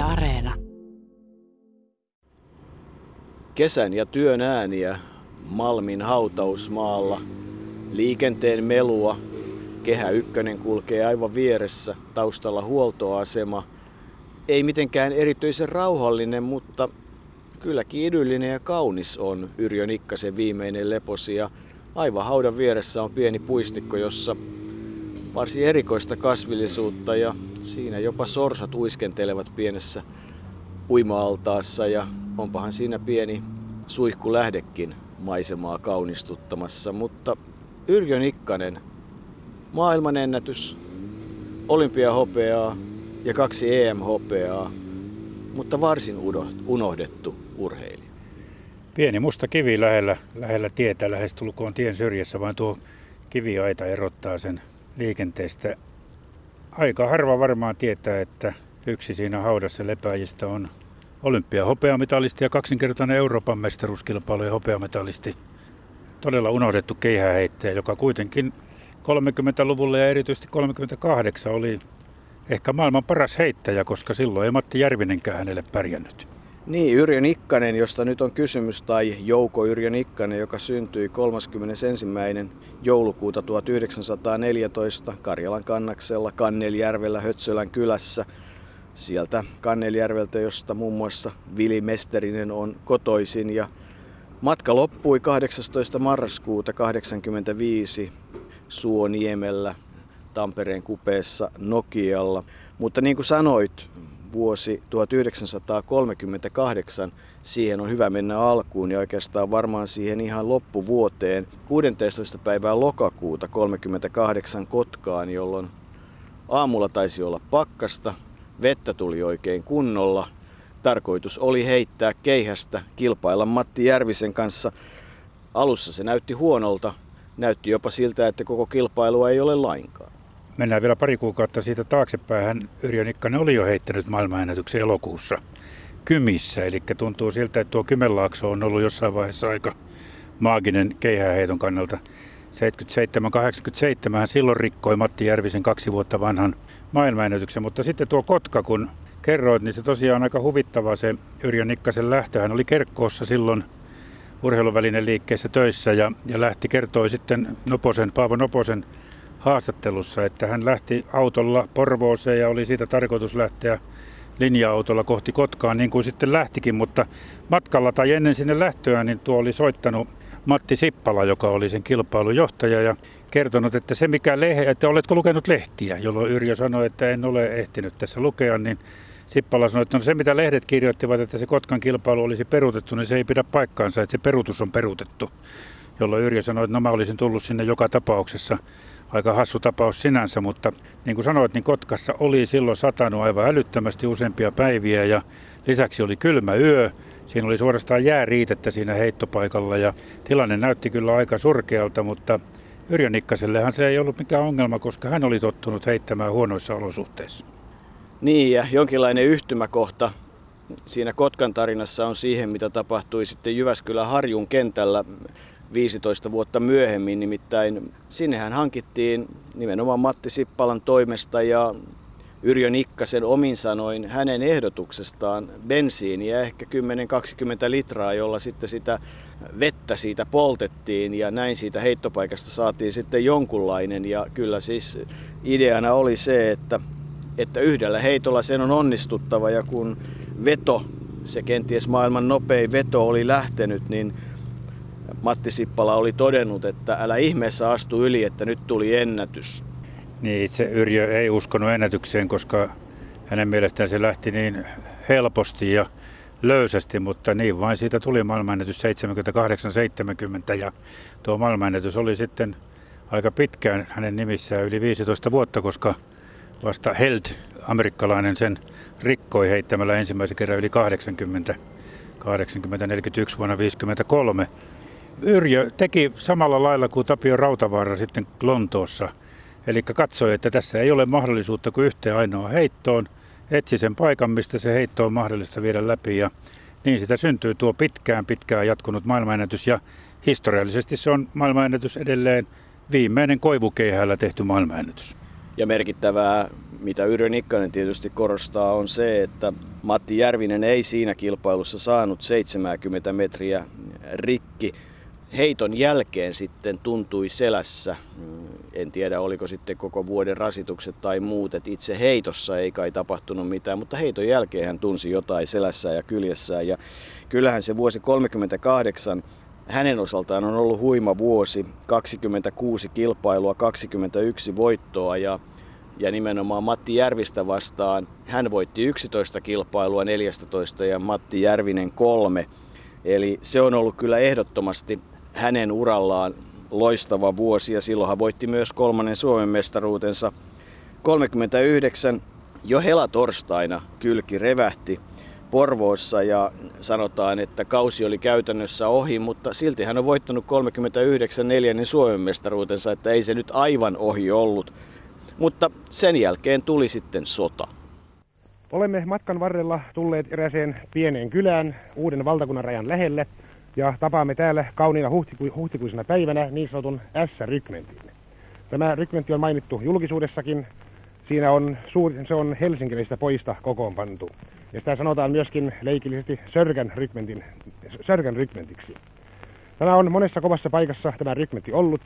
Areena. Kesän ja työn ääniä Malmin hautausmaalla. Liikenteen melua. Kehä ykkönen kulkee aivan vieressä. Taustalla huoltoasema. Ei mitenkään erityisen rauhallinen, mutta kylläkin idyllinen ja kaunis on Yrjö Nikkasen viimeinen leposi. Ja aivan haudan vieressä on pieni puistikko, jossa varsin erikoista kasvillisuutta ja siinä jopa sorsat uiskentelevat pienessä uima-altaassa ja onpahan siinä pieni suihkulähdekin maisemaa kaunistuttamassa. Mutta Yrjö Nikkanen, maailmanennätys, olympiahopeaa ja 2 EM-hopeaa, mutta varsin unohdettu urheilija. Pieni musta kivi lähellä tietä, lähestulkoon tien syrjässä, vaan tuo kiviaita erottaa sen liikenteestä. Aika harva varmaan tietää, että yksi siinä haudassa lepääjistä on olympiahopeamitalisti ja 2-kertainen Euroopan mestaruuskilpailujen hopeamitalisti. Todella unohdettu keihääheittäjä, joka kuitenkin 30-luvulla ja erityisesti 38 oli ehkä maailman paras heittäjä, koska silloin ei Matti Järvinenkään hänelle pärjännyt. Niin, Yrjö Nikkanen, josta nyt on kysymys, tai Jouko Yrjö Nikkanen, joka syntyi 31. joulukuuta 1914 Karjalan Kannaksella Kannelijärvellä Hötsölän kylässä. Sieltä Kannelijärveltä, josta muun muassa Vili Mesterinen on kotoisin. Ja matka loppui 18. marraskuuta 1985 Suoniemellä Tampereen kupeessa Nokialla. Mutta niin kuin sanoit, vuosi 1938, siihen on hyvä mennä alkuun ja oikeastaan varmaan siihen ihan loppuvuoteen 16. päivää lokakuuta 1938 Kotkaan, jolloin aamulla taisi olla pakkasta, vettä tuli oikein kunnolla. Tarkoitus oli heittää keihästä, kilpailla Matti Järvisen kanssa. Alussa se näytti huonolta, näytti jopa siltä, että koko kilpailua ei ole lainkaan. Mennään vielä pari kuukautta siitä taaksepäin. Yrjö Nikkanen oli jo heittänyt maailmanennätyksen elokuussa Kymissä. Eli tuntuu siltä, että tuo Kymenlaakso on ollut jossain vaiheessa aika maaginen keihääheiton kannalta. 77-87 hän silloin rikkoi Matti Järvisen 2 vuotta vanhan maailmanennätyksen. Mutta sitten tuo Kotka, kun kerroit, niin se tosiaan aika huvittava se Yrjö Nikkasen lähtö. Hän oli Kerkkoossa silloin urheiluvälinen liikkeessä töissä ja kertoi sitten Paavo Noposen haastattelussa, että hän lähti autolla Porvooseen ja oli siitä tarkoitus lähteä linja-autolla kohti Kotkaa, niin kuin sitten lähtikin, mutta matkalla tai ennen sinne lähtöä, niin tuo oli soittanut Matti Sippala, joka oli sen kilpailun johtaja ja kertonut, että että oletko lukenut lehtiä, jolloin Yrjö sanoi, että en ole ehtinyt tässä lukea, niin Sippala sanoi, että no se mitä lehdet kirjoittivat, että se Kotkan kilpailu olisi peruutettu, niin se ei pidä paikkaansa, että se peruutus on peruutettu, jolloin Yrjö sanoi, että no mä olisin tullut sinne joka tapauksessa. Aika hassu tapaus sinänsä, mutta niin kuin sanoit, niin Kotkassa oli silloin satanut aivan älyttömästi useampia päiviä ja lisäksi oli kylmä yö. Siinä oli suorastaan jääriitettä siinä heittopaikalla ja tilanne näytti kyllä aika surkealta, mutta Yrjö Nikkasellehan se ei ollut mikään ongelma, koska hän oli tottunut heittämään huonoissa olosuhteissa. Niin, ja jonkinlainen yhtymäkohta siinä Kotkan tarinassa on siihen, mitä tapahtui sitten Jyväskylän Harjun kentällä 15 vuotta myöhemmin, nimittäin sinnehän hankittiin nimenomaan Matti Sippalan toimesta ja Yrjö Nikkasen omin sanoin hänen ehdotuksestaan bensiiniä ehkä 10-20 litraa, jolla sitten sitä vettä siitä poltettiin ja näin siitä heittopaikasta saatiin sitten jonkunlainen. Ja kyllä siis ideana oli se, että yhdellä heitolla sen on onnistuttava ja kun se kenties maailman nopein veto oli lähtenyt, niin Matti Sippala oli todennut, että älä ihmeessä astu yli, että nyt tuli ennätys. Niin, itse Yrjö ei uskonut ennätykseen, koska hänen mielestään se lähti niin helposti ja löysästi, mutta niin vain siitä tuli maailmanennätys 78-70 ja tuo maailmanennätys oli sitten aika pitkään hänen nimissään yli 15 vuotta, koska vasta Held, amerikkalainen, sen rikkoi heittämällä ensimmäisen kerran yli 80, 40-41 vuonna 1953. Yrjö teki samalla lailla kuin Tapio Rautavaara sitten Lontoossa. Eli katsoi, että tässä ei ole mahdollisuutta kuin yhteen ainoa heittoon. Etsi sen paikan, mistä se heitto on mahdollista viedä läpi. Ja niin sitä syntyy tuo pitkään jatkunut maailmanennätys. Ja historiallisesti se on maailmanennätys edelleen viimeinen koivukeihäällä tehty maailmanennätys. Ja merkittävää mitä Yrjö Nikkanen tietysti korostaa, on se, että Matti Järvinen ei siinä kilpailussa saanut 70 metriä rikki. Heiton jälkeen sitten tuntui selässä, en tiedä oliko sitten koko vuoden rasitukset tai muut, että itse heitossa ei kai tapahtunut mitään, mutta heiton jälkeen hän tunsi jotain selässään ja kyljessään. Ja kyllähän se vuosi 1938 hänen osaltaan on ollut huima vuosi, 26 kilpailua, 21 voittoa ja nimenomaan Matti Järvistä vastaan. Hän voitti 11 kilpailua 14 ja Matti Järvinen 3. Eli se on ollut kyllä ehdottomasti hänen urallaan loistava vuosi ja silloin hän voitti myös 3. Suomen mestaruutensa. 39 jo helatorstaina kylki revähti Porvoossa ja sanotaan, että kausi oli käytännössä ohi, mutta silti hän on voittanut 39 4. Suomen mestaruutensa, että ei se nyt aivan ohi ollut. Mutta sen jälkeen tuli sitten sota. Olemme matkan varrella tulleet erääseen pieneen kylään uuden valtakunnan rajan lähelle ja tapaamme täällä kauniina huhtikuisena päivänä niin sanotun S-rykmentin. Tämä rykmentti on mainittu julkisuudessakin. Se on helsinkiläisistä pojista kokoonpantu. Ja sitä sanotaan myöskin leikillisesti Sörgän rykmentiksi. Tämä on monessa kovassa paikassa tämä rykmentti ollut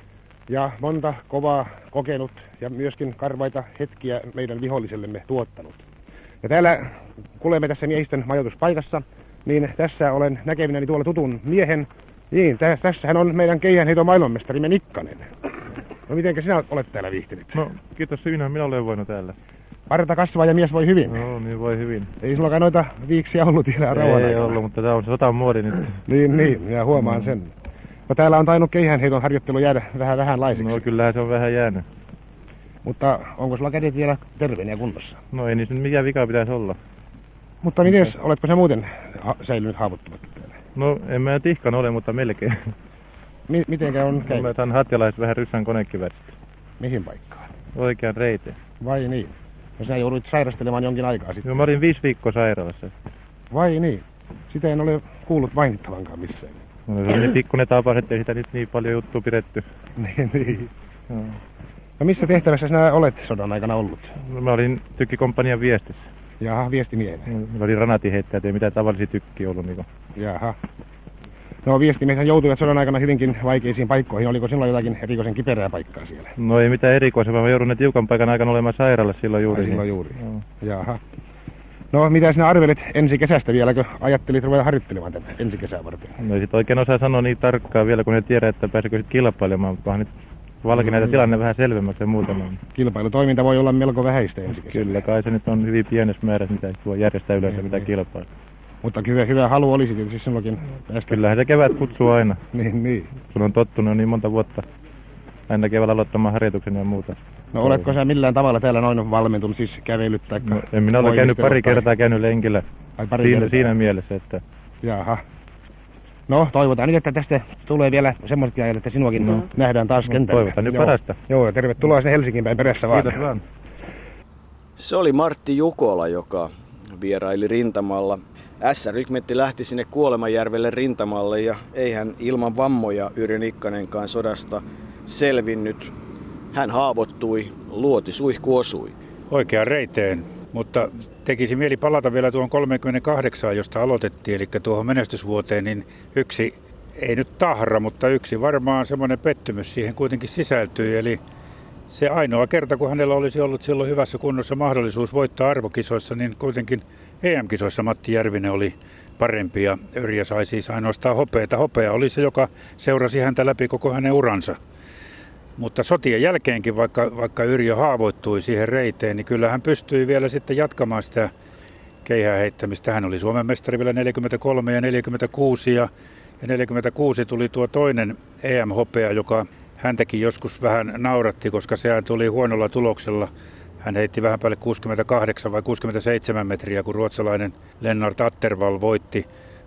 ja monta kovaa kokenut ja myöskin karvaita hetkiä meidän vihollisellemme tuottanut. Ja täällä kulemme tässä miehistön majoituspaikassa, niin tässä olen näkevinäni tuolla tutun miehen. Niin, tässähän on meidän keihäänheiton maailmanmestarimme Nikkanen. No mitenkä sinä olet täällä viihtynyt? No kiitos syynä, minä olen voinut täällä. Parta kasvaa ja mies voi hyvin. No niin voi hyvin. Ei sullakaan noita viiksiä ollut vielä rauhan aikana. Ei ollut, mutta tämä on sotan muodi nyt. Niin, minä huomaan sen. No täällä on tainnut keihäänheiton harjoittelu jäädä vähän laiseksi. No kyllähän se on vähän jäänyt. Mutta onko sulla kädet vielä terveenä ja kunnossa? No ei niissä nyt mikään vika pitäisi olla. Mutta miten, oletko sä muuten säilynyt haavoittumatta täällä? No en mä tihkan ole, mutta melkein. Mitenkä on käynyt? Mä tämän hatjalais vähän ryssän konekiväristä. Mihin paikkaan? Oikean reiteen. Vai niin? No sä joudut sairastelemaan jonkin aikaa sitten. No mä olin 5 viikkoa sairaalassa. Vai niin? Sitä en ole kuullut mainittavankaan missään. No se oli pikkuinen tapaus, ettei sitä nyt niin paljon juttua pidetty. niin. No. No missä tehtävässä sinä olet sodan aikana ollut? No, mä olin tykkikomppanian viestissä. Jaha, viestimiehenä. Mä olin ranatiheittäjät, ei mitään tavallisia tykkiä ollut. Niin jaha. No viestimiehethän joutuivat sodan aikana hyvinkin vaikeisiin paikkoihin. Oliko sinulla jotakin erikoisen kiperää paikkaa siellä? No ei mitään erikoisempaa. Mä joudun ne tiukan paikan aikana olemaan sairaalassa silloin juuri. Silloin juuri. No. Jaha. No mitä sinä arvelet ensi kesästä vieläkö ajattelit ruveta harjoittelemaan tätä ensi kesää varten? No ei sit oikein osaa sanoa niin tarkkaan vielä, kun ne tiedä, että pääsekö sit kilpailemaan. Vaan nyt valki näitä tilanne vähän selvemmäksi ja muuta. Kilpailutoiminta voi olla melko vähäistä ensi kesänä. Kyllä kai se nyt on hyvin pienessä määrässä, mitä voi järjestää yleensä mitä kilpailua. Mutta hyvä halu olisi tietysti sinullakin päästä. Kyllähän se kevät kutsuu aina. niin. Kun on tottunut niin monta vuotta aina keväällä aloittamaan harjoituksen ja muuta. No oletko sä millään tavalla täällä noin valmentunut, siis kävelyt tai... No, en minä ole käynyt pari kertaa käynyt lenkillä siinä mielessä, että... Jaha. No toivotaan nyt, että tästä tulee vielä semmoiset ajat, että sinuakin nähdään taas kentällä. Toivotaan nyt parasta. Joo, ja tervetuloa sinne Helsingin päin perässä vaan. Kiitos vaan. Se oli Martti Jukola, joka vieraili rintamalla. S-rykmentti lähti sinne Kuolemanjärvelle rintamalle ja eihän ilman vammoja Yrjö Nikkanenkaan sodasta selvinnyt. Hän haavoittui, luotisuihku osui. Oikeaan reiteen, mutta tekisi mieli palata vielä tuohon 38, josta aloitettiin, eli tuohon menestysvuoteen, niin yksi, ei nyt tahra, mutta yksi varmaan semmoinen pettymys siihen kuitenkin sisältyi, eli se ainoa kerta, kun hänellä olisi ollut silloin hyvässä kunnossa mahdollisuus voittaa arvokisoissa, niin kuitenkin EM-kisoissa Matti Järvinen oli parempi ja Yrjö sai siis ainoastaan hopeata. Hopea oli se, joka seurasi häntä läpi koko hänen uransa. Mutta sotien jälkeenkin, vaikka Yrjö haavoittui siihen reiteen, niin kyllä hän pystyi vielä sitten jatkamaan sitä keihääheittämistä. Hän oli Suomen mestari vielä 43 ja 46 ja 46 tuli tuo toinen EM-hopea, joka häntäkin joskus vähän nauratti, koska sehän tuli huonolla tuloksella. Hän heitti vähän päälle 68 vai 67 metriä, kun ruotsalainen Lennart Attervall voitti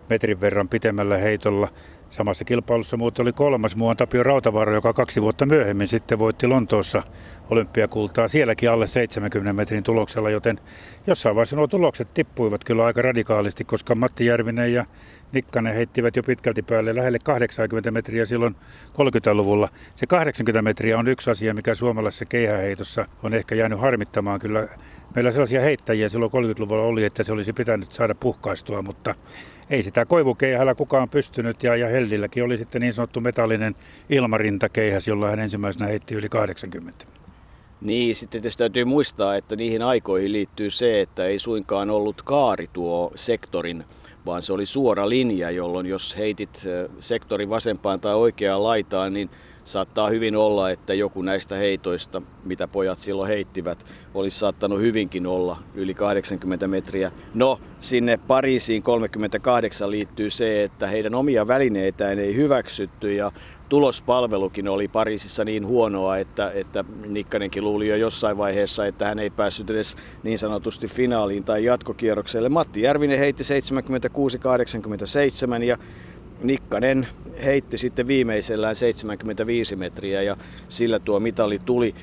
metrin verran pitemmällä heitolla. Samassa kilpailussa muuten oli 3. muuan Tapio Rautavaara, joka 2 vuotta myöhemmin sitten voitti Lontoossa olympiakultaa sielläkin alle 70 metrin tuloksella, joten jossain vaiheessa nuo tulokset tippuivat kyllä aika radikaalisti, koska Matti Järvinen ja Nikkanen heittivät jo pitkälti päälle lähelle 80 metriä silloin 30-luvulla. Se 80 metriä on yksi asia, mikä suomalaisessa keihäheitossa on ehkä jäänyt harmittamaan. Kyllä meillä sellaisia heittäjiä silloin 30-luvulla oli, että se olisi pitänyt saada puhkaistua, mutta ei sitä koivukeihällä kukaan pystynyt ja Heldilläkin oli sitten niin sanottu metallinen ilmarintakeihäs, jolla hän ensimmäisenä heitti yli 80. Niin, sitten tietysti täytyy muistaa, että niihin aikoihin liittyy se, että ei suinkaan ollut kaari tuo sektorin, vaan se oli suora linja, jolloin jos heitit sektorin vasempaan tai oikeaan laitaan, niin saattaa hyvin olla, että joku näistä heitoista, mitä pojat silloin heittivät, olisi saattanut hyvinkin olla yli 80 metriä. No, sinne Pariisiin 38 liittyy se, että heidän omia välineitään ei hyväksytty ja tulospalvelukin oli Pariisissa niin huonoa, että Nikkanenkin luuli jo jossain vaiheessa, että hän ei päässyt edes niin sanotusti finaaliin tai jatkokierrokselle. Matti Järvinen heitti 76-87 ja Nikkanen heitti sitten viimeisellään 75 metriä ja sillä tuo mitali tuli.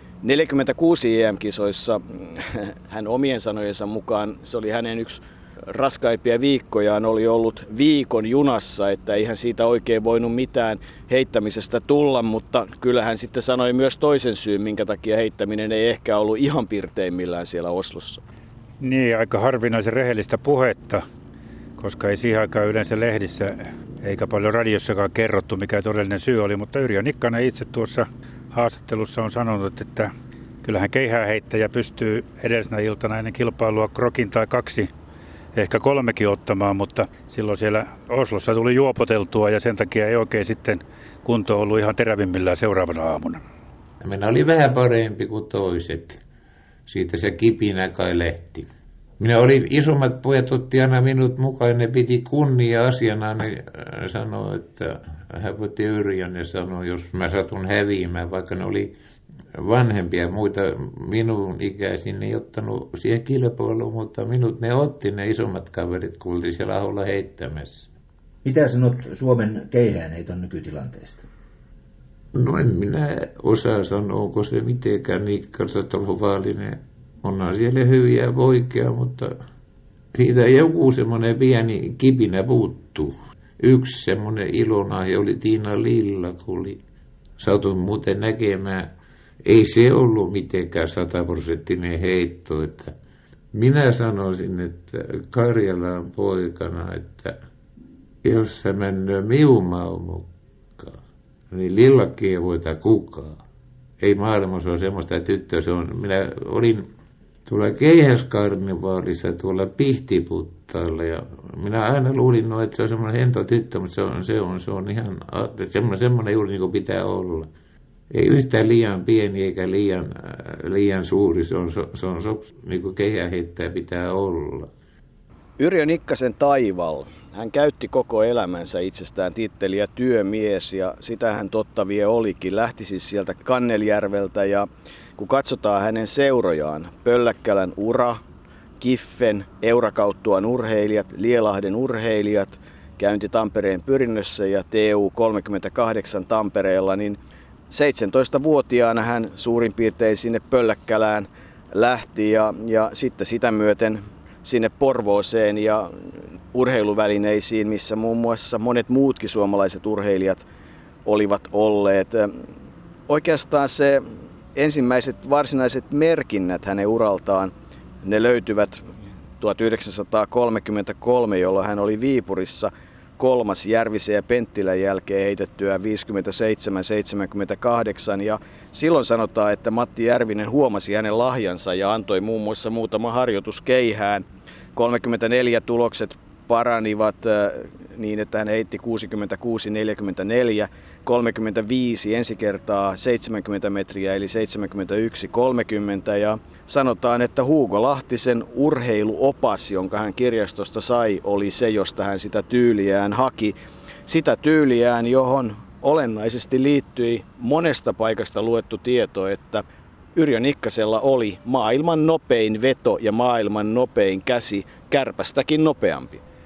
46 EM-kisoissa hän omien sanojensa mukaan, se oli hänen yksi raskaimpia viikkojaan, oli ollut viikon junassa, että eihän siitä oikein voinut mitään heittämisestä tulla, mutta kyllähän sitten sanoi myös toisen syyn, minkä takia heittäminen ei ehkä ollut ihan pirteimmillään siellä Oslossa. Niin, aika harvinaisen rehellistä puhetta, koska ei siihen aikaan yleensä lehdissä eikä paljon radiossakaan kerrottu, mikä todellinen syy oli, mutta Yrjö Nikkanen itse tuossa haastattelussa on sanonut, että kyllähän keihääheittäjä pystyy edellisenä iltana ennen kilpailua krokin tai 2, ehkä 3 ottamaan, mutta silloin siellä Oslossa tuli juopoteltua ja sen takia ei oikein sitten kunto ollut ihan terävimmillään seuraavana aamuna. Minä oli vähän parempi kuin toiset. Siitä se kipinä kai lähti. Minä olin, isommat pojat otti aina minut mukaan, ne piti kunnia-asiana, ne sanoi, että Häpötti Yrjön ja sanoi, jos mä satun häviämään, vaikka ne oli vanhempia muita minun ikäisiin, ne ei ottanut siihen kilpailuun, mutta minut ne otti, ne isommat kaverit, kun oltiin siellä aholla heittämässä. Mitä sanot Suomen keihäänheiton nykytilanteesta? No en minä osaa sanoa, onko se mitenkään Nikkansa Tolvaalinen. Onhan siellä hyviä poikia, mutta siitä joku semmoinen pieni kipinä puuttuu. Yksi semmoinen ilonaihe oli Tiina Lilla, kun oli satun muuten näkemään. Ei se ollut mitenkään 100% heitto. Että minä sanoisin, että Karjalan poikana, että jos se menee miumaan mukaan, niin Lillakin ei voita kukaan. Ei maailmassa ole semmoista tyttöä. Minä olin tuolla keihäskarnevaalissa tuolla Pihtiputtaalla ja minä aina luulin, että se on semmoinen hento tyttö, mutta se on ihan semmoinen juuri niin kuin pitää olla. Ei yhtään liian pieni eikä liian suuri, se on niin kuin keihäheittäjä pitää olla. Yrjö Nikkasen taival. Hän käytti koko elämänsä itsestään titteliä työmies ja sitä hän totta vie olikin. Lähti siis sieltä Kanneljärveltä ja kun katsotaan hänen seurojaan, Pölläkkälän Ura, Kiffen, Eurakauttuan urheilijat, Lielahden urheilijat, käynti Tampereen Pyrinnössä ja TU38 Tampereella, niin 17-vuotiaana hän suurin piirtein sinne Pölläkkälään lähti ja sitten sitä myöten sinne Porvooseen ja urheiluvälineisiin, missä muun muassa monet muutkin suomalaiset urheilijat olivat olleet. Oikeastaan se ensimmäiset varsinaiset merkinnät hänen uraltaan, ne löytyvät 1933, jolloin hän oli Viipurissa 3. Järvisen ja Penttilän jälkeen heitettyä 57-78 ja silloin sanotaan, että Matti Järvinen huomasi hänen lahjansa ja antoi muun muassa muutama harjoitus keihään. 34 tulokset paranivat niin, että hän heitti 66-44, 35 ensi kertaa 70 metriä eli 71-30 ja sanotaan, että Hugo Lahtisen urheiluopas, jonka hän kirjastosta sai, oli se, josta hän sitä tyyliään haki. Sitä tyyliään, johon olennaisesti liittyi monesta paikasta luettu tieto, että Yrjö Nikkasella oli maailman nopein veto ja maailman nopein käsi, kärpästäkin nopeampi.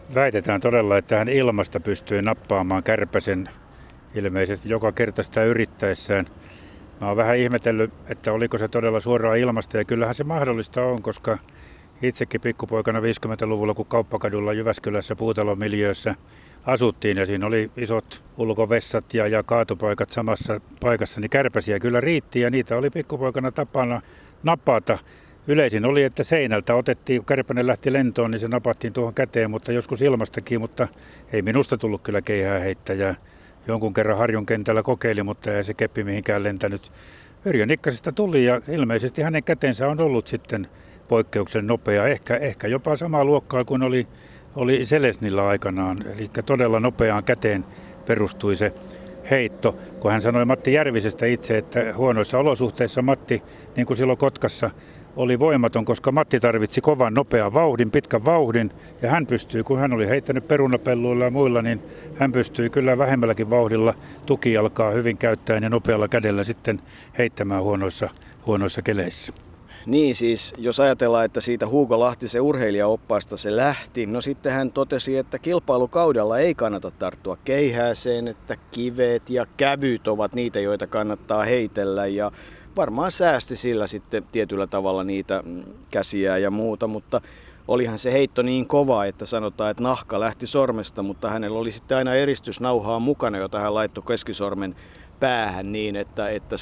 Väitetään todella, että hän ilmasta pystyi nappaamaan kärpäsen ilmeisesti joka kerta sitä yrittäessään. Mä oon vähän ihmetellyt, että oliko se todella suoraan ilmasta, ja kyllähän se mahdollista on, koska itsekin pikkupoikana 50-luvulla, kun Kauppakadulla Jyväskylässä puutalomiljöössä asuttiin ja siinä oli isot ulkovessat ja kaatopaikat samassa paikassa, niin kärpäsiä kyllä riitti ja niitä oli pikkupoikana tapana napata. Yleisin oli, että seinältä otettiin, kun kärpänen lähti lentoon, niin se napattiin tuohon käteen, mutta joskus ilmastakin, mutta ei minusta tullut kyllä keihääheittäjää. Jonkun kerran Harjun kentällä kokeili, mutta ei se keppi mihinkään lentänyt. Yrjö Nikkasesta tuli ja ilmeisesti hänen kätensä on ollut sitten poikkeuksen nopea, ehkä jopa samaa luokkaa kuin oli Selesnillä aikanaan. Eli todella nopeaan käteen perustui se heitto, kun hän sanoi Matti Järvisestä itse, että huonoissa olosuhteissa Matti, niin kuin silloin Kotkassa, oli voimaton, koska Matti tarvitsi kovan nopean vauhdin, pitkän vauhdin, ja hän pystyi, kun hän oli heittänyt perunapelluilla ja muilla, niin hän pystyi kyllä vähemmälläkin vauhdilla tukijalkaa hyvin käyttäen ja nopealla kädellä sitten heittämään huonoissa keleissä. Niin siis, jos ajatellaan, että siitä Hugo Lahtisen urheilijaoppaasta se lähti, no sitten hän totesi, että kilpailukaudella ei kannata tarttua keihääseen, että kivet ja kävyt ovat niitä, joita kannattaa heitellä ja varmaan säästi sillä sitten tietyllä tavalla niitä käsiä ja muuta, mutta olihan se heitto niin kova, että sanotaan, että nahka lähti sormesta, mutta hänellä oli sitten aina eristysnauhaa mukana, jota hän laittoi keskisormen päähän niin, että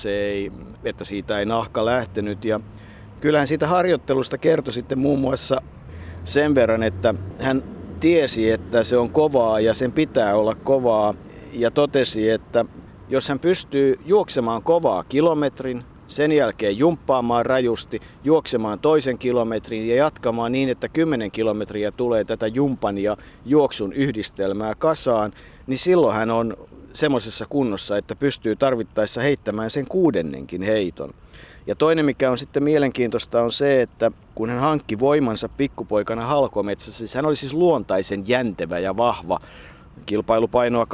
siitä ei nahka lähtenyt. Ja kyllähän siitä harjoittelusta kertoi sitten muun muassa sen verran, että hän tiesi, että se on kovaa ja sen pitää olla kovaa ja totesi, että jos hän pystyy juoksemaan kovaa kilometrin, sen jälkeen jumppaamaan rajusti, juoksemaan toisen kilometrin ja jatkamaan niin, että 10 kilometriä tulee tätä jumpan ja juoksun yhdistelmää kasaan, niin silloin hän on semmoisessa kunnossa, että pystyy tarvittaessa heittämään sen 6. heiton. Ja toinen, mikä on sitten mielenkiintoista, on se, että kun hän hankki voimansa pikkupoikana Halkometsässä, siis hän oli siis luontaisen jäntevä ja vahva. Kilpailupainoa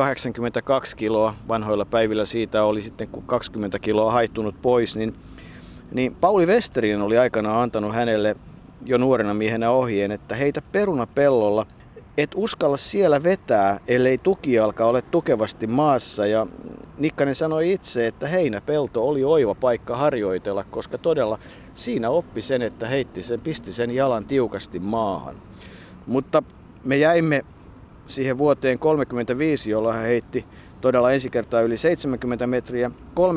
82 kiloa, vanhoilla päivillä siitä oli sitten kun 20 kiloa haittunut pois, niin Pauli Westerinen oli aikanaan antanut hänelle jo nuorena miehenä ohjeen, että heitä perunapellolla, et uskalla siellä vetää, ellei tukijalka ole tukevasti maassa. Ja Nikkanen sanoi itse, että heinäpelto oli oiva paikka harjoitella, koska todella siinä oppi sen, että pisti sen jalan tiukasti maahan. Mutta me jäimme siihen vuoteen 1935, jolloin hän heitti todella ensi kertaa yli 70 metriä.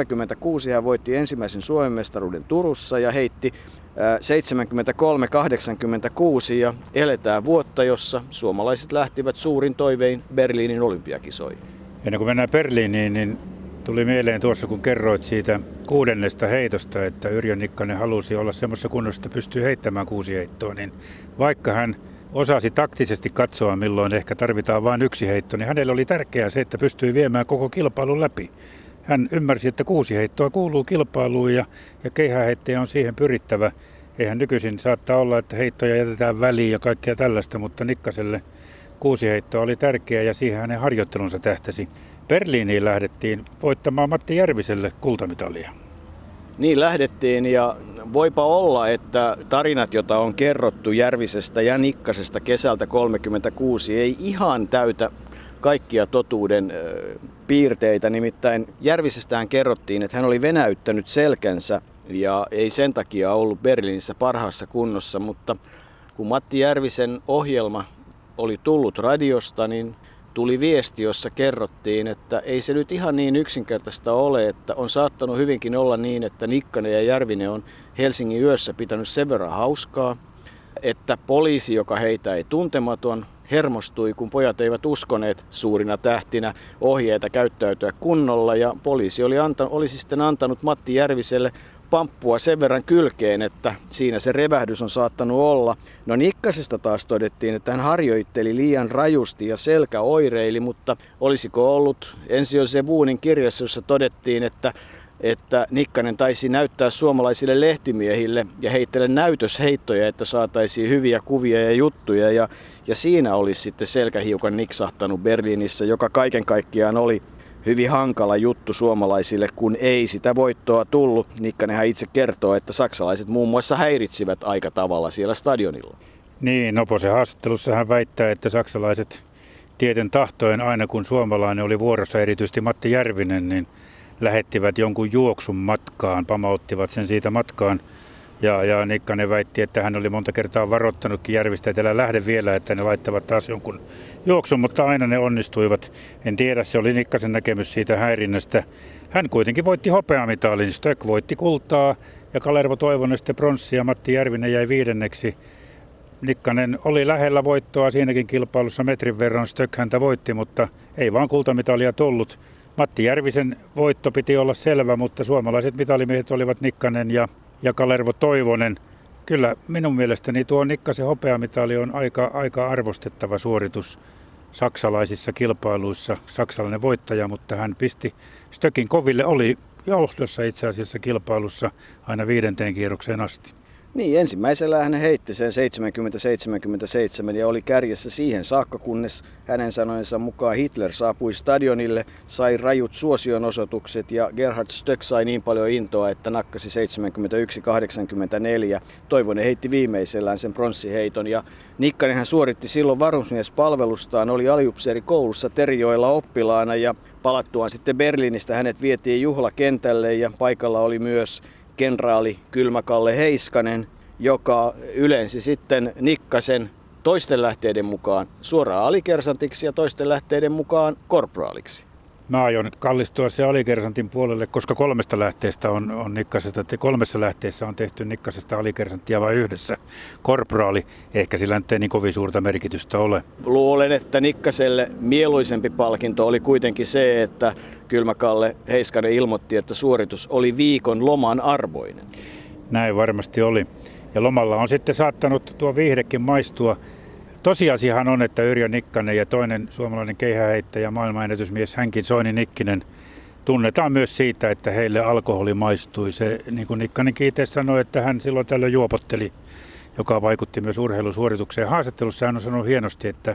1936 hän voitti ensimmäisen Suomen mestaruuden Turussa ja heitti 73-86 ja eletään vuotta, jossa suomalaiset lähtivät suurin toivein Berliinin olympiakisoihin. Ennen kuin mennään Berliiniin, niin tuli mieleen tuossa, kun kerroit siitä 6. heitosta, että Yrjö Nikkanen halusi olla semmoisessa kunnossa, että pystyy heittämään 6 heittoa, niin vaikka hän osasi taktisesti katsoa, milloin ehkä tarvitaan vain 1 heitto, niin hänelle oli tärkeää se, että pystyi viemään koko kilpailun läpi. Hän ymmärsi, että 6 heittoa kuuluu kilpailuun ja keihääheittäjä on siihen pyrittävä. Eihän nykyisin saattaa olla, että heittoja jätetään väliin ja kaikkea tällaista, mutta Nikkaselle 6 heittoa oli tärkeää ja siihen hänen harjoittelunsa tähtäsi. Berliiniin lähdettiin voittamaan Matti Järviselle kultamitalia. Niin lähdettiin ja voipa olla, että tarinat, joita on kerrottu Järvisestä ja Nikkasesta kesältä 1936, ei ihan täytä kaikkia totuuden piirteitä. Nimittäin Järvisestähän kerrottiin, että hän oli venäyttänyt selkänsä ja ei sen takia ollut Berliinissä parhaassa kunnossa, mutta kun Matti Järvisen ohjelma oli tullut radiosta, niin tuli viesti, jossa kerrottiin, että ei se nyt ihan niin yksinkertaista ole, että on saattanut hyvinkin olla niin, että Nikkanen ja Järvinen on Helsingin yössä pitänyt sen verran hauskaa, että poliisi, joka heitä ei tuntematon, hermostui, kun pojat eivät uskoneet suurina tähtinä ohjeita käyttäytyä kunnolla ja poliisi olisi sitten antanut Matti Järviselle pamppua sen verran kylkeen, että siinä se revähdys on saattanut olla. No Nikkasesta taas todettiin, että hän harjoitteli liian rajusti ja selkä oireili, mutta olisiko ollut Ensio Vuunin kirjassa, jossa todettiin, että Nikkanen taisi näyttää suomalaisille lehtimiehille ja heittele näytösheittoja, että saataisiin hyviä kuvia ja juttuja. Ja siinä olisi sitten selkä hiukan niksahtanut Berliinissä, joka kaiken kaikkiaan oli hyvin hankala juttu suomalaisille, kun ei sitä voittoa tullut. Nikkanenhan itse kertoo, että saksalaiset muun muassa häiritsivät aika tavalla siellä stadionilla. Niin, Noposen haastattelussa hän väittää, että saksalaiset tieten tahtoen aina kun suomalainen oli vuorossa, erityisesti Matti Järvinen, niin lähettivät jonkun juoksun matkaan, pamauttivat sen siitä matkaan. Ja Nikkanen väitti, että hän oli monta kertaa varoittanutkin Järvistä, että älä lähde vielä, että ne laittavat taas jonkun juoksun, mutta aina ne onnistuivat. En tiedä, se oli Nikkasen näkemys siitä häirinnästä. Hän kuitenkin voitti hopeamitalin, Stök voitti kultaa ja Kalervo Toivonen sitten pronssia, Matti Järvinen jäi 5. Nikkanen oli lähellä voittoa siinäkin kilpailussa metrin verran, Stök häntä voitti, mutta ei vaan kultamitalia tullut. Matti Järvisen voitto piti olla selvä, mutta suomalaiset mitalimiehet olivat Nikkanen ja Kalervo Toivonen. Kyllä minun mielestäni tuo Nikkasen hopeamitali on aika arvostettava suoritus saksalaisissa kilpailuissa. Saksalainen voittaja, mutta hän pisti Stökin koville, oli johdossa itse asiassa kilpailussa aina 5. kierrokseen asti. Niin, ensimmäisellä hän heitti sen 70-77 ja oli kärjessä siihen saakka, kunnes hänen sanojensa mukaan Hitler saapui stadionille, sai rajut suosionosoitukset ja Gerhard Stök sai niin paljon intoa, että nakkasi 71-84. Toivonen heitti viimeisellään sen pronssiheiton ja Nikkanen hän suoritti silloin varusmiespalvelustaan, oli aliupseerikoulussa Terijoella oppilaana ja palattuaan sitten Berliinistä hänet vietiin juhlakentälle ja paikalla oli myös kenraali Kylmä-Kalle Heiskanen, joka ylensi sitten Nikkasen toisten lähteiden mukaan suoraan alikersantiksi ja toisten lähteiden mukaan korporaaliksi. Mä aion kallistua se alikersantin puolelle, koska 3 lähteestä on Nikkasesta. 3 lähteessä on tehty Nikkasesta alikersanttia vain 1. Korporaali, ehkä sillä nyt ei niin kovin suurta merkitystä ole. Luulen, että Nikkaselle mieluisempi palkinto oli kuitenkin se, että Kylmä-Kalle Heiskanen ilmoitti, että suoritus oli viikon loman arvoinen. Näin varmasti oli. Ja lomalla on sitten saattanut tuo viihdekin maistua. Tosiasiahan on, että Yrjö Nikkanen ja toinen suomalainen keihäheittäjä, maailmanennätysmies Hänkin Soini Nikkinen tunnetaan myös siitä, että heille alkoholi maistui. Se, niin kuin Nikkanenkin itse sanoi, että hän silloin tällöin juopotteli, joka vaikutti myös urheilusuoritukseen. Haastattelussa hän on sanonut hienosti, että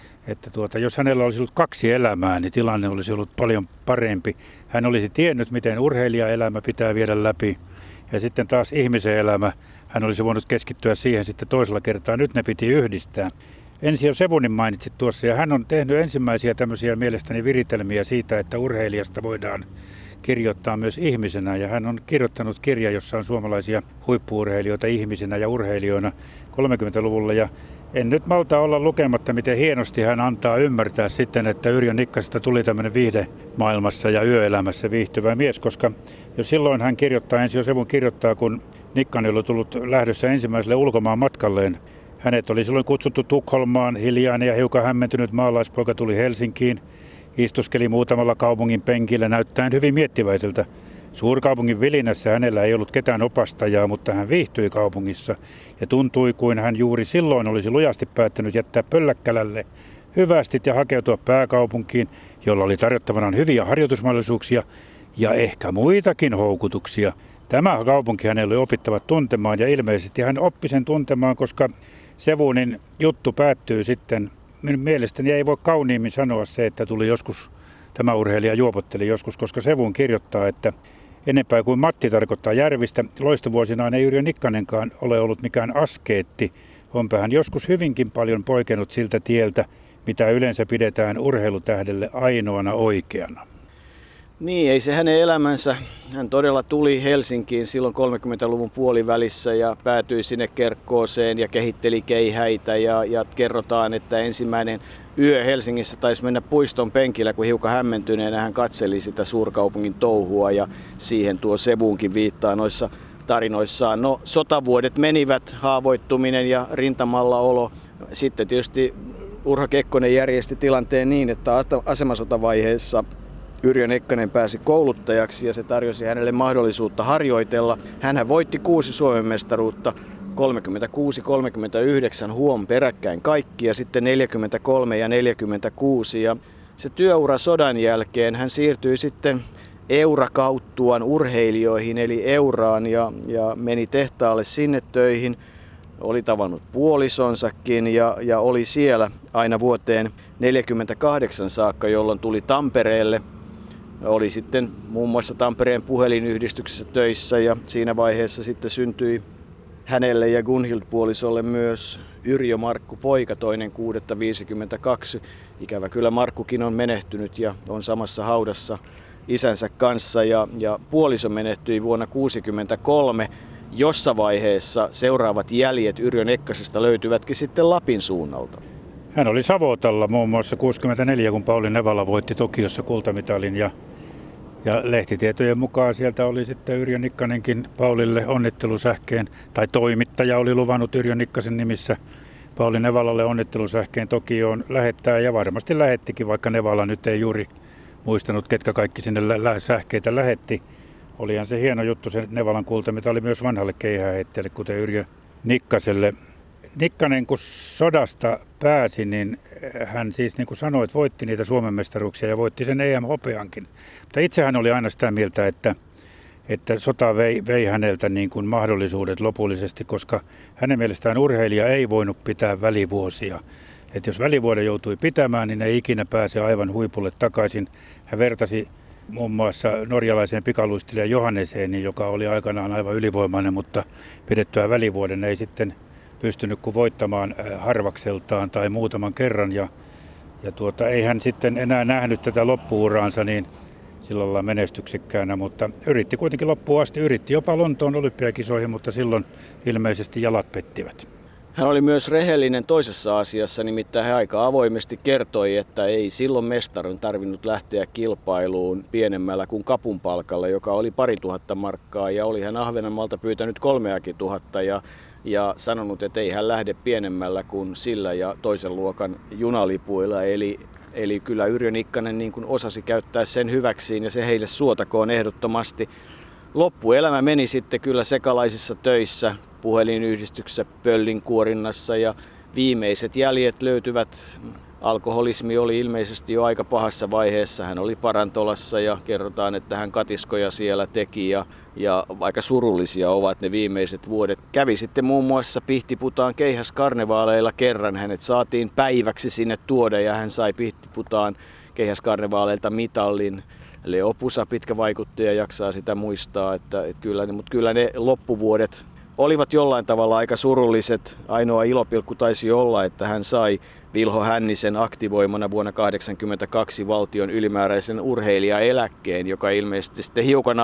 jos hänellä olisi ollut 2 elämää, niin tilanne olisi ollut paljon parempi. Hän olisi tiennyt, miten urheilijaelämä pitää viedä läpi ja sitten taas ihmisen elämä. Hän olisi voinut keskittyä siihen sitten toisella kertaa. Nyt ne piti yhdistää. Ensio Sevunin mainitsit tuossa ja hän on tehnyt ensimmäisiä tämmöisiä mielestäni viritelmiä siitä, että urheilijasta voidaan kirjoittaa myös ihmisenä. Ja hän on kirjoittanut kirja, jossa on suomalaisia huippu-urheilijoita ihmisinä ja urheilijoina 30-luvulla. Ja en nyt malta olla lukematta, miten hienosti hän antaa ymmärtää sitten, että Yrjö Nikkasesta tuli tämmöinen viihdemaailmassa ja yöelämässä viihtyvä mies, koska jo silloin hän kirjoittaa, Ensio Sevun kirjoittaa, kun Nikkanen oli tullut lähdössä ensimmäiselle ulkomaan matkalleen. Hänet oli silloin kutsuttu Tukholmaan, hiljainen ja hiukan hämmentynyt maalaispoika tuli Helsinkiin, istuskeli muutamalla kaupungin penkillä näyttäen hyvin miettiväiseltä. Suurkaupungin vilinässä hänellä ei ollut ketään opastajaa, mutta hän viihtyi kaupungissa ja tuntui kuin hän juuri silloin olisi lujasti päättänyt jättää Pölläkkälälle hyvästit ja hakeutua pääkaupunkiin, jolla oli tarjottavanaan hyviä harjoitusmahdollisuuksia ja ehkä muitakin houkutuksia. Tämä kaupunki hänelle oli opittava tuntemaan ja ilmeisesti hän oppi sen tuntemaan, koska Sevunin juttu päättyy sitten. Minun mielestäni ei voi kauniimmin sanoa se, että tuli joskus, tämä urheilija juopotteli joskus, koska Sevun kirjoittaa, että enempää kuin Matti tarkoittaa Järvistä. Loistovuosinaan ei Yrjö Nikkanenkaan ole ollut mikään askeetti. Onpä hän joskus hyvinkin paljon poikennut siltä tieltä, mitä yleensä pidetään urheilutähdelle ainoana oikeana. Niin, ei se hänen elämänsä. Hän todella tuli Helsinkiin silloin 30-luvun puolivälissä ja päätyi sinne Kerkkooseen ja kehitteli keihäitä. Ja kerrotaan, että ensimmäinen yö Helsingissä taisi mennä puiston penkillä, kun hiukan hämmentyneenä hän katseli sitä suurkaupungin touhua ja siihen tuo Sevunkin viittaa noissa tarinoissaan. No, sotavuodet menivät, haavoittuminen ja rintamalla olo. Sitten tietysti Urho Kekkonen järjesti tilanteen niin, että asemasotavaiheessa Yrjö Nikkanen pääsi kouluttajaksi ja se tarjosi hänelle mahdollisuutta harjoitella. Hänhän voitti 6 Suomen mestaruutta, 36-39 huom peräkkäin kaikki ja sitten 43 ja 46. Ja se työura sodan jälkeen hän siirtyi sitten Eura-kauttuan urheilijoihin eli Euraan ja meni tehtaalle sinne töihin. Oli tavannut puolisonsakin ja oli siellä aina vuoteen 1948 saakka, jolloin tuli Tampereelle. Oli sitten muun muassa Tampereen puhelinyhdistyksessä töissä ja siinä vaiheessa sitten syntyi hänelle ja Gunhild-puolisolle myös Yrjö Markku poika 2.6.52. Ikävä kyllä Markkukin on menehtynyt ja on samassa haudassa isänsä kanssa ja puoliso menehtyi vuonna 1963. Jossa vaiheessa seuraavat jäljet Yrjö Nekkasesta löytyvätkin sitten Lapin suunnalta. Hän oli Savotalla muun muassa 1964, kun Pauli Nevala voitti Tokiossa kultamitalin ja lehtitietojen mukaan sieltä oli sitten Yrjö Nikkanenkin Paulille onnittelusähkeen, tai toimittaja oli luvannut Yrjö Nikkasen nimissä Pauli Nevalalle onnittelusähkeen Tokioon lähettää, ja varmasti lähettikin, vaikka Nevala nyt ei juuri muistanut, ketkä kaikki sinne sähkeitä lähetti. Olihan se hieno juttu, se Nevalan kultamitali myös vanhalle keihääheittäjälle, kuten Yrjö Nikkaselle. Nikkanen, kun sodasta pääsi, niin hän siis, niin kuin sanoit, voitti niitä Suomen mestaruuksia ja voitti sen EM-hopeankin. Mutta itse hän oli aina sitä mieltä, että sota vei häneltä niin kuin mahdollisuudet lopullisesti, koska hänen mielestään urheilija ei voinut pitää välivuosia. Että jos välivuoden joutui pitämään, niin ei ikinä pääse aivan huipulle takaisin. Hän vertasi muun muassa norjalaiseen pikaluistelijan Johanneseen, joka oli aikanaan aivan ylivoimainen, mutta pidettyä välivuoden ei sitten pystynyt kuin voittamaan harvakseltaan tai muutaman kerran. Ja ei hän sitten enää nähnyt tätä loppuuraansa niin sillä lailla menestyksekkäänä, mutta yritti kuitenkin loppuun asti. Yritti jopa Lontoon olympiakisoihin, mutta silloin ilmeisesti jalat pettivät. Hän oli myös rehellinen toisessa asiassa, nimittäin hän aika avoimesti kertoi, että ei silloin mestarin tarvinnut lähteä kilpailuun pienemmällä kuin kapun palkalla, joka oli 2 000 markkaa, ja oli hän Ahvenanmaalta pyytänyt 3 000 ja sanonut, että ei hän lähde pienemmällä kuin sillä ja toisen luokan junalipuilla. Eli kyllä Yrjö Nikkanen niin kuin osasi käyttää sen hyväksiin ja se heille suotakoon ehdottomasti. Loppuelämä meni sitten kyllä sekalaisissa töissä, puhelinyhdistyksessä, pöllinkuorinnassa ja viimeiset jäljet löytyvät. Alkoholismi oli ilmeisesti jo aika pahassa vaiheessa. Hän oli parantolassa ja kerrotaan, että hän katiskoja siellä teki ja aika surullisia ovat ne viimeiset vuodet. Kävi sitten muun muassa Pihtiputaan keihäskarnevaaleilla kerran. Hänet saatiin päiväksi sinne tuoda ja hän sai Pihtiputaan keihäskarnevaaleilta mitallin. Leo Pusa, pitkä vaikuttaja, jaksaa sitä muistaa, mutta kyllä ne loppuvuodet olivat jollain tavalla aika surulliset. Ainoa ilopilkku taisi olla, että hän sai Vilho Hännisen aktivoimana vuonna 1982 valtion ylimääräisen urheilijaeläkkeen, joka ilmeisesti sitten hiukan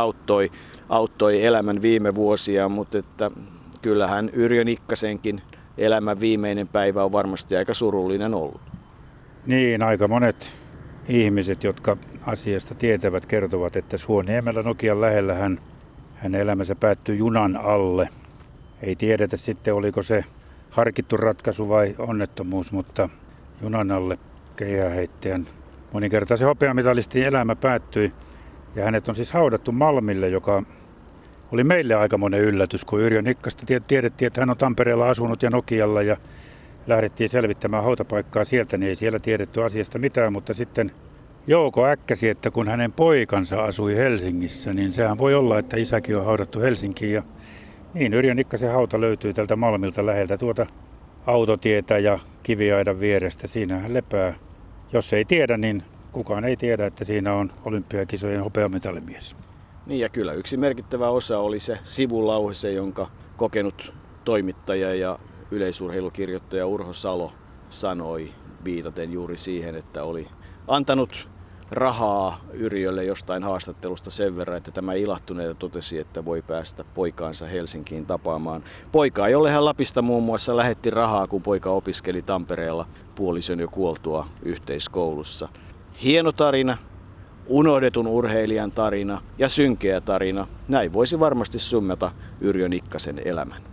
auttoi elämän viime vuosia, mutta että kyllähän Yrjö Nikkasenkin elämän viimeinen päivä on varmasti aika surullinen ollut. Niin, aika monet ihmiset, jotka asiasta tietävät, kertovat, että Suoniemellä Nokian lähellä hänen elämänsä päättyi junan alle. Ei tiedetä sitten, oliko se harkittu ratkaisu vai onnettomuus, mutta junan alle keihääheittäjän moninkertaisen hopeamitalistin elämä päättyi. Ja hänet on siis haudattu Malmille, joka oli meille aikamoinen yllätys, kun Yrjö Nikkasta tiedettiin, että hän on Tampereella asunut ja Nokialla ja lähdettiin selvittämään hautapaikkaa sieltä, niin ei siellä tiedetty asiasta mitään, mutta sitten Jouko äkkäsi, että kun hänen poikansa asui Helsingissä, niin sehän voi olla, että isäkin on haudattu Helsinkiin. Ja niin, Yrjö Nikkasen hauta löytyy tältä Malmilta läheltä tuota autotietä ja kiviaidan vierestä. Siinä hän lepää. Jos ei tiedä, niin kukaan ei tiedä, että siinä on olympiakisojen hopeamitalimies. Niin ja kyllä yksi merkittävä osa oli se sivulause, jonka kokenut toimittaja ja yleisurheilukirjoittaja Urho Salo sanoi viitaten juuri siihen, että oli antanut rahaa Yrjölle jostain haastattelusta sen verran, että tämä ilahtuneena totesi, että voi päästä poikaansa Helsinkiin tapaamaan. Poikaa, jolle hän Lapista muun muassa lähetti rahaa, kun poika opiskeli Tampereella puolison jo kuoltua yhteiskoulussa. Hieno tarina, unohdetun urheilijan tarina ja synkeä tarina. Näin voisi varmasti summata Yrjö Nikkasen elämän.